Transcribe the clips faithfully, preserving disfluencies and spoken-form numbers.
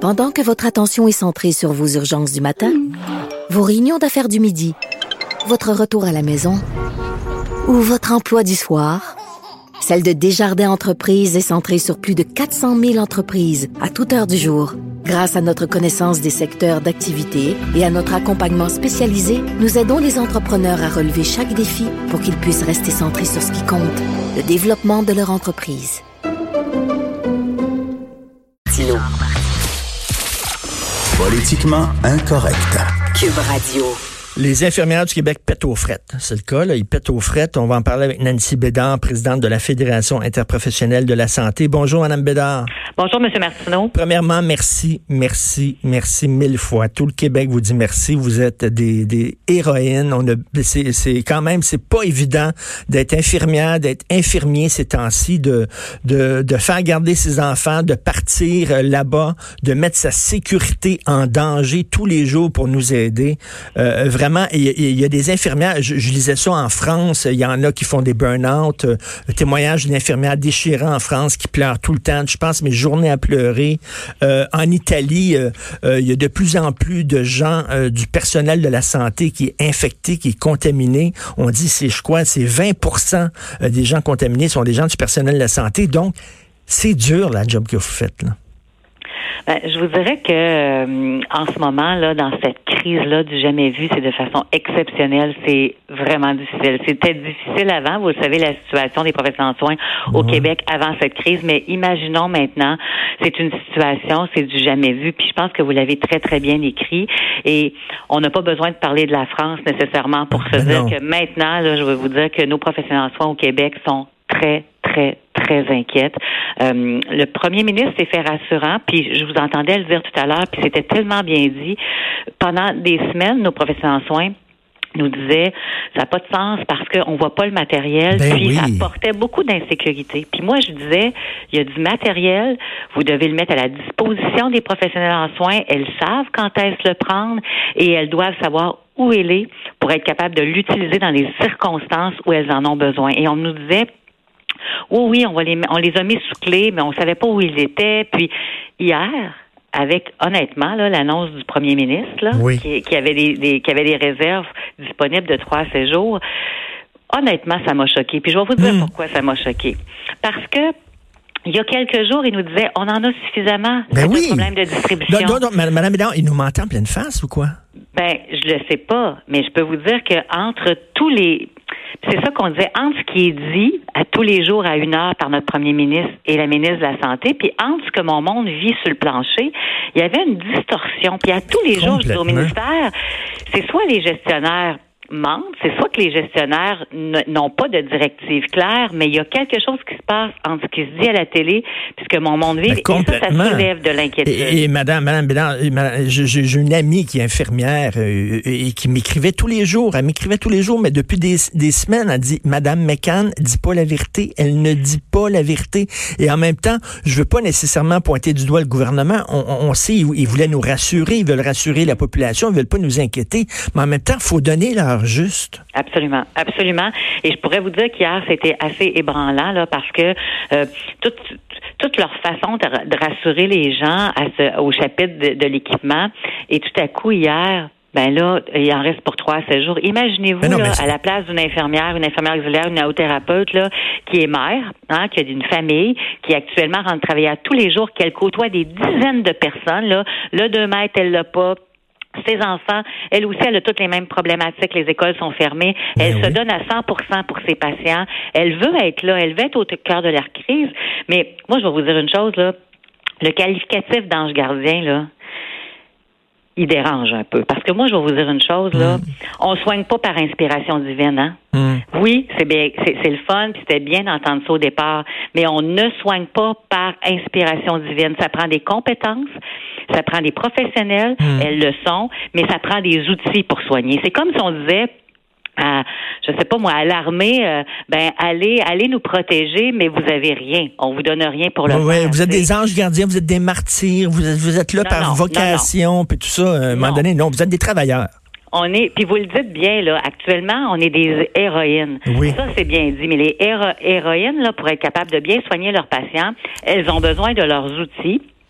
Pendant que votre attention est centrée sur vos urgences du matin, vos réunions d'affaires du midi, votre retour à la maison ou votre emploi du soir, celle de Desjardins Entreprises est centrée sur plus de quatre cent mille entreprises à toute heure du jour. Grâce à notre connaissance des secteurs d'activité et à notre accompagnement spécialisé, nous aidons les entrepreneurs à relever chaque défi pour qu'ils puissent rester centrés sur ce qui compte, le développement de leur entreprise. Tino. Politiquement incorrect. Cube Radio. Les infirmières du Québec pètent aux frettes. C'est le cas, là. Ils pètent aux frettes. On va en parler avec Nancy Bédard, présidente de la Fédération interprofessionnelle de la santé. Bonjour, Mme Bédard. Bonjour, M. Martineau. Premièrement, merci, merci, merci mille fois. Tout le Québec vous dit merci. Vous êtes des, des héroïnes. On a, c'est, c'est quand même, c'est pas évident d'être infirmière, d'être infirmier ces temps-ci, de, de, de faire garder ses enfants, de partir là-bas, de mettre sa sécurité en danger tous les jours pour nous aider. Euh, Vraiment, il y, il y a des infirmières, je, je lisais ça en France, il y en a qui font des burn-out, euh, le témoignage d'une infirmière déchirée en France qui pleure tout le temps, je passe mes journées à pleurer. Euh, en Italie, euh, euh, il y a de plus en plus de gens euh, du personnel de la santé qui est infecté, qui est contaminé. On dit, c'est je crois, c'est vingt pour cent des gens contaminés sont des gens du personnel de la santé. Donc, c'est dur la job que vous faites, là. Ben, je vous dirais que euh, en ce moment, là, dans cette crise-là du jamais vu, c'est de façon exceptionnelle. C'est vraiment difficile. C'était difficile avant. Vous le savez, la situation des professionnels en soins au mmh. Québec avant cette crise. Mais imaginons maintenant, c'est une situation, c'est du jamais vu. Puis je pense que vous l'avez très, très bien écrit. Et on n'a pas besoin de parler de la France nécessairement pour se ben dire non. que maintenant, là, je veux vous dire que nos professionnels en soins au Québec sont très, très, très inquiète. Euh, le premier ministre s'est fait rassurant, puis je vous entendais le dire tout à l'heure, puis c'était tellement bien dit. Pendant des semaines, nos professionnels en soins nous disaient, ça n'a pas de sens parce qu'on voit pas le matériel, ben puis oui. ça apportait beaucoup d'insécurité. Puis moi, je disais, il y a du matériel, vous devez le mettre à la disposition des professionnels en soins, elles savent quand est-ce le prendre et elles doivent savoir où elle est pour être capable de l'utiliser dans les circonstances où elles en ont besoin. Et on nous disait, oh oui, on va les, on les a mis sous clé, mais on savait pas où ils étaient. Puis hier, avec honnêtement là, l'annonce du premier ministre là, oui. qui, qui avait des, des qui avait des réserves disponibles de trois à six jours, honnêtement, ça m'a choqué. Puis je vais vous dire mmh. pourquoi ça m'a choqué. Parce que il y a quelques jours, il nous disait, on en a suffisamment. Ben c'est oui. un problème de distribution. Non, non, non, Madame Bédard, il nous mentait en pleine face ou quoi? Ben, je le sais pas, mais je peux vous dire que entre tous les c'est ça qu'on disait, entre ce qui est dit à tous les jours à une heure par notre premier ministre et la ministre de la Santé, puis entre ce que mon monde vit sur le plancher, il y avait une distorsion. Puis à tous les jours, je dis au ministère, c'est soit les gestionnaires mentent, c'est soit que les gestionnaires n- n'ont pas de directive claire, mais il y a quelque chose qui se passe entre ce qui se dit à la télé puis ce que mon monde vit, et ça, ça soulève de l'inquiétude. Et, et Madame, Madame Bédard, j'ai, j'ai une amie qui est infirmière euh, et qui m'écrivait tous les jours, elle m'écrivait tous les jours, mais depuis des, des semaines, elle dit, Madame McCann dit pas la vérité, elle ne dit pas la vérité. Et en même temps, je veux pas nécessairement pointer du doigt le gouvernement, on, on sait, ils, ils voulaient nous rassurer, ils veulent rassurer la population, ils veulent pas nous inquiéter, mais en même temps, il faut donner leur juste. Absolument, absolument. Et je pourrais vous dire qu'hier, c'était assez ébranlant là, parce que euh, toute, toute leur façon de, de rassurer les gens à ce, au chapitre de, de l'équipement, et tout à coup, hier, ben là, il en reste pour trois à sept jours. Imaginez-vous, non, là, à la place d'une infirmière, une infirmière auxiliaire, une naothérapeute, là, qui est mère, hein, qui a une famille, qui actuellement rentre travailler à tous les jours, qu'elle côtoie des dizaines de personnes, là, le deux mètres, elle l'a pas. Ses enfants, elle aussi, elle a toutes les mêmes problématiques. Les écoles sont fermées. Elle ben se oui. donne à cent pour cent pour ses patients. Elle veut être là. Elle veut être au cœur de leur crise. Mais moi, je vais vous dire une chose, là. Le qualificatif d'ange gardien, là, il dérange un peu. Parce que moi, je vais vous dire une chose, là. Mm. On soigne pas par inspiration divine, hein. Mm. Oui, c'est bien, c'est, c'est le fun, puis c'était bien d'entendre ça au départ. Mais on ne soigne pas par inspiration divine. Ça prend des compétences. Ça prend des professionnels, mmh. elles le sont, mais ça prend des outils pour soigner. C'est comme si on disait, à, je sais pas moi, à l'armée, euh, ben allez, allez nous protéger, mais vous avez rien. On vous donne rien pour le ouais, faire. Vous êtes des anges gardiens, vous êtes des martyrs, vous êtes, vous êtes là non, par non, vocation, puis tout ça. À un moment donné, non, vous êtes des travailleurs. On est, puis vous le dites bien, là, actuellement, on est des héroïnes. Oui. Ça, c'est bien dit. Mais les héro- héroïnes, là, pour être capables de bien soigner leurs patients, elles ont besoin de leurs outils.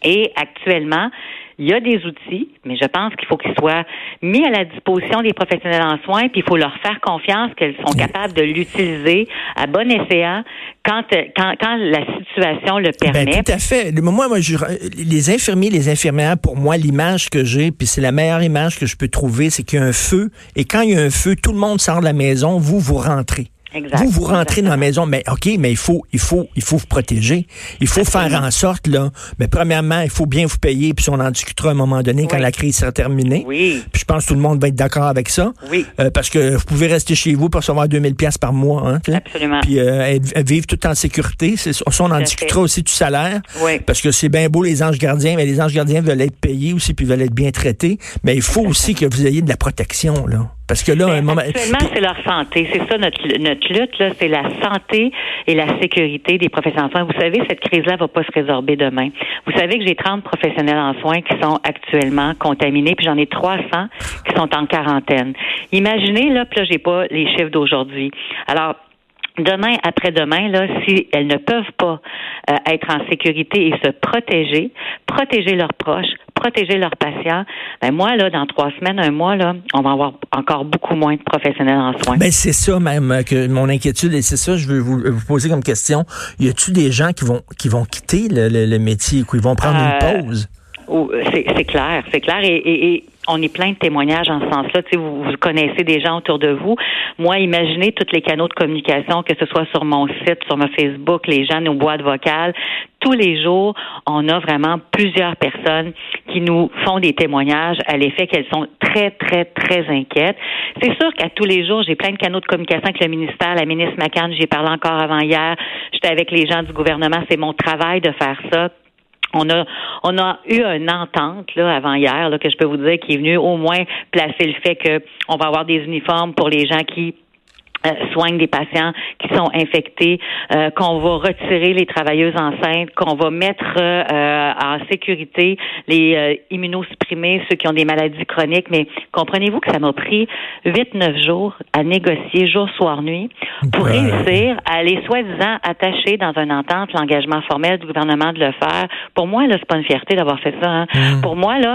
Et actuellement, il y a des outils, mais je pense qu'il faut qu'ils soient mis à la disposition des professionnels en soins, puis il faut leur faire confiance qu'elles sont capables de l'utiliser à bon escient quand, quand, quand la situation le permet. Ben, tout à fait. Moi, moi je, les infirmiers, les infirmières, pour moi, l'image que j'ai, puis c'est la meilleure image que je peux trouver, c'est qu'il y a un feu, et quand il y a un feu, tout le monde sort de la maison, vous, vous rentrez. Exact. Vous, vous rentrez Exactement. dans la maison, mais OK, mais il faut, il faut, il faut vous protéger. Il faut Absolument. faire en sorte, là, mais premièrement, il faut bien vous payer, puis on en discutera à un moment donné quand oui. la crise sera terminée. Oui. Puis je pense que tout le monde va être d'accord avec ça. Oui. Euh, parce que vous pouvez rester chez vous pour recevoir deux mille dollars par mois, hein. Absolument. Puis euh, vivre tout en sécurité. C'est, ça, on en discutera fait. aussi du salaire. Oui. Parce que c'est bien beau les anges gardiens, mais les anges gardiens veulent être payés aussi, puis veulent être bien traités. Mais il faut Exactement. aussi que vous ayez de la protection, là. Parce que là, ben, un moment... Actuellement, c'est leur santé. C'est ça notre, notre lutte, là, c'est la santé et la sécurité des professionnels en soins. Vous savez, cette crise-là va pas se résorber demain. Vous savez que j'ai trente professionnels en soins qui sont actuellement contaminés, puis j'en ai trois cents qui sont en quarantaine. Imaginez, là, puis là, j'ai pas les chiffres d'aujourd'hui. Alors, demain, après-demain, là, si elles ne peuvent pas euh, être en sécurité et se protéger, protéger leurs proches, protéger leurs patients, ben moi, là, dans trois semaines, un mois, là, on va avoir encore beaucoup moins de professionnels en soins. Ben c'est ça même que mon inquiétude, et c'est ça je veux vous, vous poser comme question. Y a-t-il des gens qui vont qui vont quitter le, le, le métier, ou ils vont prendre euh, une pause? C'est, c'est clair, c'est clair, et, et, et on est plein de témoignages en ce sens-là. Tu sais, vous, vous connaissez des gens autour de vous. Moi, imaginez tous les canaux de communication, que ce soit sur mon site, sur mon Facebook, les gens, nos boîtes vocales. Tous les jours, on a vraiment plusieurs personnes qui nous font des témoignages à l'effet qu'elles sont très, très, très inquiètes. C'est sûr qu'à tous les jours, j'ai plein de canaux de communication avec le ministère, la ministre McCann, j'y ai parlé encore avant hier. J'étais avec les gens du gouvernement. C'est mon travail de faire ça. On a on a eu une entente là avant hier là que je peux vous dire qui est venue au moins placer le fait que on va avoir des uniformes pour les gens qui Euh, soignent des patients qui sont infectés, euh, qu'on va retirer les travailleuses enceintes, qu'on va mettre euh, en sécurité les euh, immunosupprimés, ceux qui ont des maladies chroniques. Mais comprenez-vous que ça m'a pris huit neuf jours à négocier jour, soir, nuit pour ouais. réussir à aller soi-disant attacher dans une entente l'engagement formel du gouvernement de le faire. Pour moi, là, c'est pas une fierté d'avoir fait ça. Hein. Mmh. Pour moi, là,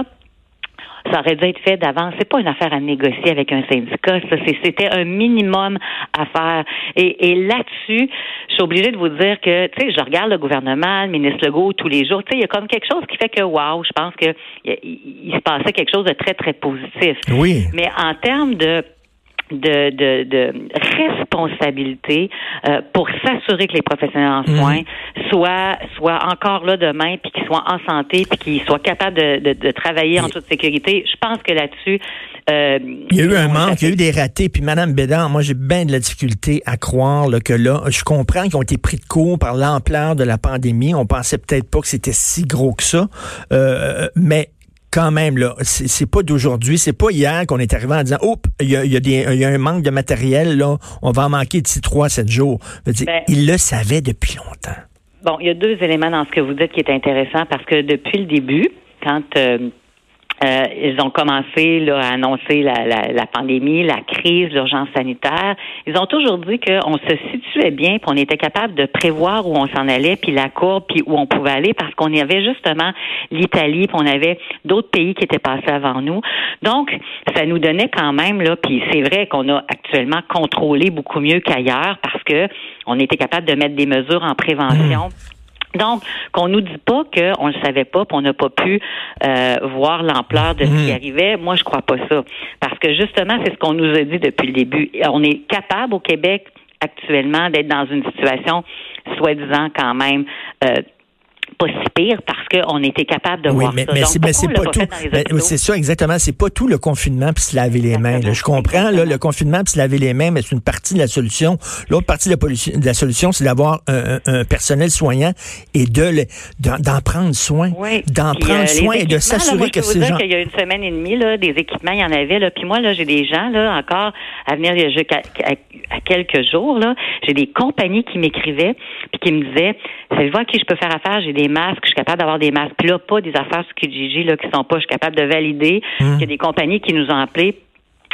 ça aurait dû être fait d'avance. C'est pas une affaire à négocier avec un syndicat. Ça, c'est, c'était un minimum à faire. Et, et là-dessus, je suis obligée de vous dire que, tu sais, je regarde le gouvernement, le ministre Legault tous les jours. Tu sais, il y a comme quelque chose qui fait que, wow, je pense que il, il se passait quelque chose de très, très positif. Oui. Mais en termes de De, de, de responsabilité euh, pour s'assurer que les professionnels en soins mmh. soient, soient encore là demain, puis qu'ils soient en santé, puis qu'ils soient capables de, de, de travailler en toute sécurité. Je pense que là-dessus... Euh, il y a eu un manque, il y a eu des ratés, puis Mme Bédard, moi j'ai bien de la difficulté à croire là, que là, je comprends qu'ils ont été pris de court par l'ampleur de la pandémie. On pensait peut-être pas que c'était si gros que ça, euh, mais quand même, là, c'est, c'est pas d'aujourd'hui, c'est pas hier qu'on est arrivé en disant, oh, il y a, y a des, il y a un manque de matériel, là, on va en manquer d'ici trois à sept jours. Je veux dire, ben, il le savait depuis longtemps. Bon, il y a deux éléments dans ce que vous dites qui est intéressant parce que depuis le début, quand euh, euh, ils ont commencé là, à annoncer la, la, la pandémie, la crise, l'urgence sanitaire, ils ont toujours dit qu'on se situait bien, puis on était capable de prévoir où on s'en allait, puis la courbe, puis où on pouvait aller, parce qu'on y avait justement l'Italie, puis on avait d'autres pays qui étaient passés avant nous. Donc, ça nous donnait quand même, là, puis c'est vrai qu'on a actuellement contrôlé beaucoup mieux qu'ailleurs, parce que on était capable de mettre des mesures en prévention. Mmh. Donc, qu'on nous dit pas qu'on le savait pas, qu'on n'a pas pu euh, voir l'ampleur de ce mmh. qui arrivait, moi je crois pas ça. Parce que justement, c'est ce qu'on nous a dit depuis le début. On est capable au Québec actuellement d'être dans une situation soi-disant quand même euh, pas si pire parce qu'on était capable de oui, voir mais, ça. Mais Donc, c'est, mais c'est pas, pas tout. Mais, c'est ça, exactement. C'est pas tout le confinement puis se laver les mains. Là. Je comprends, là, le confinement puis se laver les mains, mais c'est une partie de la solution. L'autre partie de la, pollution, de la solution, c'est d'avoir un, un, un personnel soignant et de le, d'en, d'en prendre soin. Oui. D'en puis, prendre euh, soin et de s'assurer là, moi, que ces gens... ces Je peux vous gens... dire qu'il y a une semaine et demie, là, des équipements, il y en avait. Là, puis moi, là, j'ai des gens là encore à venir jusqu'à à, à quelques jours. Là, j'ai des compagnies qui m'écrivaient puis qui me disaient, savez-vous à qui je peux faire affaire? J'ai des masques, je suis capable d'avoir des masques. Puis là, pas des affaires sur Kijiji là, qui sont pas, je suis capable de valider. Mmh. Il y a des compagnies qui nous ont appelés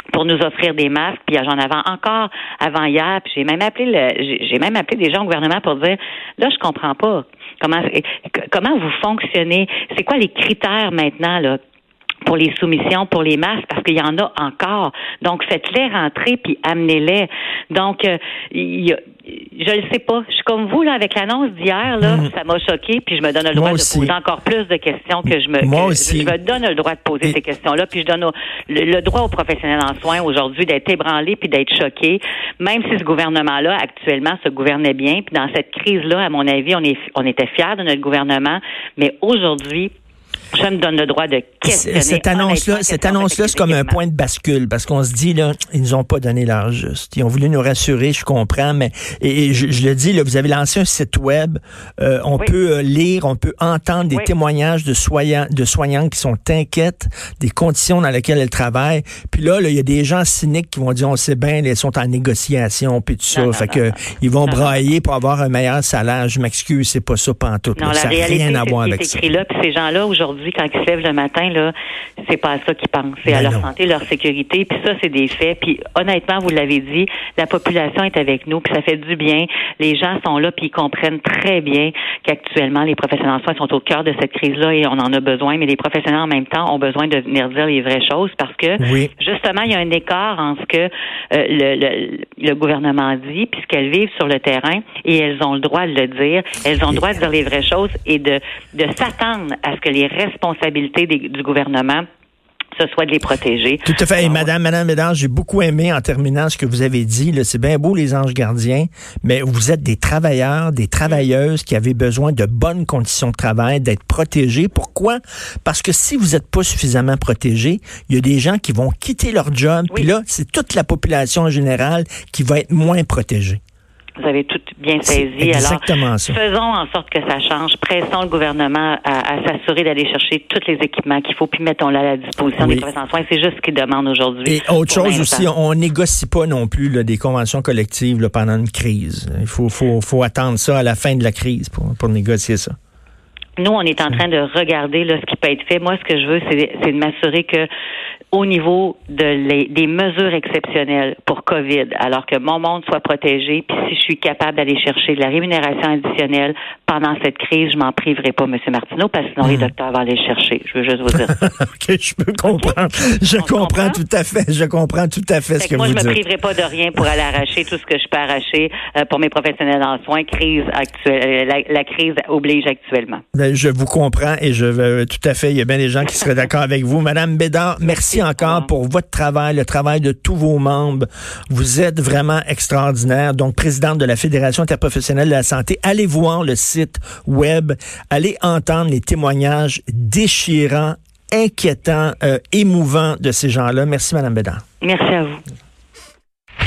pour nous offrir des masques, puis j'en avais encore avant hier, puis j'ai même appelé le, j'ai, j'ai même appelé des gens au gouvernement pour dire, là, je comprends pas comment comment vous fonctionnez, c'est quoi les critères maintenant, là, pour les soumissions, pour les masques, parce qu'il y en a encore. Donc, faites-les rentrer, puis amenez-les. Donc, euh, il y a, je le sais pas. Je suis comme vous, là, avec l'annonce d'hier, là, mmh. ça m'a choqué, puis je me donne le droit de poser encore plus de questions que je me... Moi que aussi. Je me donne le droit de poser Et... ces questions-là, puis je donne au, le, le droit aux professionnels en soins aujourd'hui d'être ébranlés puis d'être choqués, même si ce gouvernement-là, actuellement, se gouvernait bien. Puis dans cette crise-là, à mon avis, on, est, on était fiers de notre gouvernement, mais aujourd'hui, je me donne le droit de questionner. Cette annonce-là, cette annonce-là, c'est comme un point de bascule, parce qu'on se dit, là, ils nous ont pas donné l'heure juste. Ils ont voulu nous rassurer, je comprends, mais et, et je, je le dis, là, vous avez lancé un site web, euh, on oui. peut lire, on peut entendre des oui. témoignages de soignants, de soignantes qui sont inquiètes des conditions dans lesquelles elles travaillent. Puis là, il y a des gens cyniques qui vont dire, on sait bien, ils sont en négociation, puis tout ça. Non, non, fait non, que non. ils vont non, brailler non. pour avoir un meilleur salaire. Je m'excuse, c'est pas ça pantoute. Non, là, la ça n'a rien à voir avec ça. Écrit là, puis ces gens-là, aujourd'hui, quand ils se lèvent le matin, là, c'est pas à ça qu'ils pensent. C'est ben à leur non. santé, leur sécurité, puis ça, c'est des faits. Puis honnêtement, vous l'avez dit, la population est avec nous, puis ça fait du bien. Les gens sont là, puis ils comprennent très bien qu'actuellement, les professionnels en soins sont au cœur de cette crise-là et on en a besoin, mais les professionnels, en même temps, ont besoin de venir dire les vraies choses parce que, oui. justement, il y a un écart en ce que euh, le, le, le gouvernement dit, puis ce qu'elles vivent sur le terrain, et elles ont le droit de le dire. Elles ont le droit de dire les vraies choses et de, de s'attendre à ce que les responsabilités des, du gouvernement ce soit de les protéger. Tout à fait. Alors, et madame, madame Bédard, j'ai beaucoup aimé en terminant ce que vous avez dit. Là, c'est bien beau les anges gardiens, mais vous êtes des travailleurs, des travailleuses qui avaient besoin de bonnes conditions de travail, d'être protégés. Pourquoi? Parce que si vous n'êtes pas suffisamment protégés, il y a des gens qui vont quitter leur job. Oui. Puis là, c'est toute la population en général qui va être moins protégée. Vous avez tout bien saisi. Exactement Alors, ça. Faisons en sorte que ça change. Pressons le gouvernement à, à s'assurer d'aller chercher tous les équipements qu'il faut, puis mettons-le à la disposition oui. des professionnels en soins. C'est juste ce qu'ils demandent aujourd'hui. Et autre chose aussi, on négocie pas non plus là, des conventions collectives là, pendant une crise. Il faut, faut, faut attendre ça à la fin de la crise pour, pour négocier ça. Nous, on est en train de regarder là, ce qui peut être fait. Moi, ce que je veux, c'est, c'est de m'assurer que au niveau de les, des mesures exceptionnelles pour COVID, alors que mon monde soit protégé, puis si je suis capable d'aller chercher de la rémunération additionnelle pendant cette crise, je m'en priverai pas, M. Martineau, parce que sinon mmh. les docteurs vont aller le chercher. Je veux juste vous dire ça. OK, je peux comprendre. Okay. Je comprends comprend? tout à fait. Je comprends tout à fait, fait ce que, que moi, vous dites. Moi, je me dites. priverai pas de rien pour aller arracher tout ce que je peux arracher euh, pour mes professionnels en soins. Crise actuelle, la, la crise oblige actuellement. Ben, je vous comprends et je veux tout à fait. Il y a bien des gens qui seraient d'accord avec vous. Madame Bédard, merci, merci encore pour votre travail, le travail de tous vos membres. Vous êtes vraiment extraordinaire. Donc, présidente de la Fédération interprofessionnelle de la santé, allez voir le site web, allez entendre les témoignages déchirants, inquiétants, euh, émouvants de ces gens-là. Merci, Madame Bédard. Merci à vous.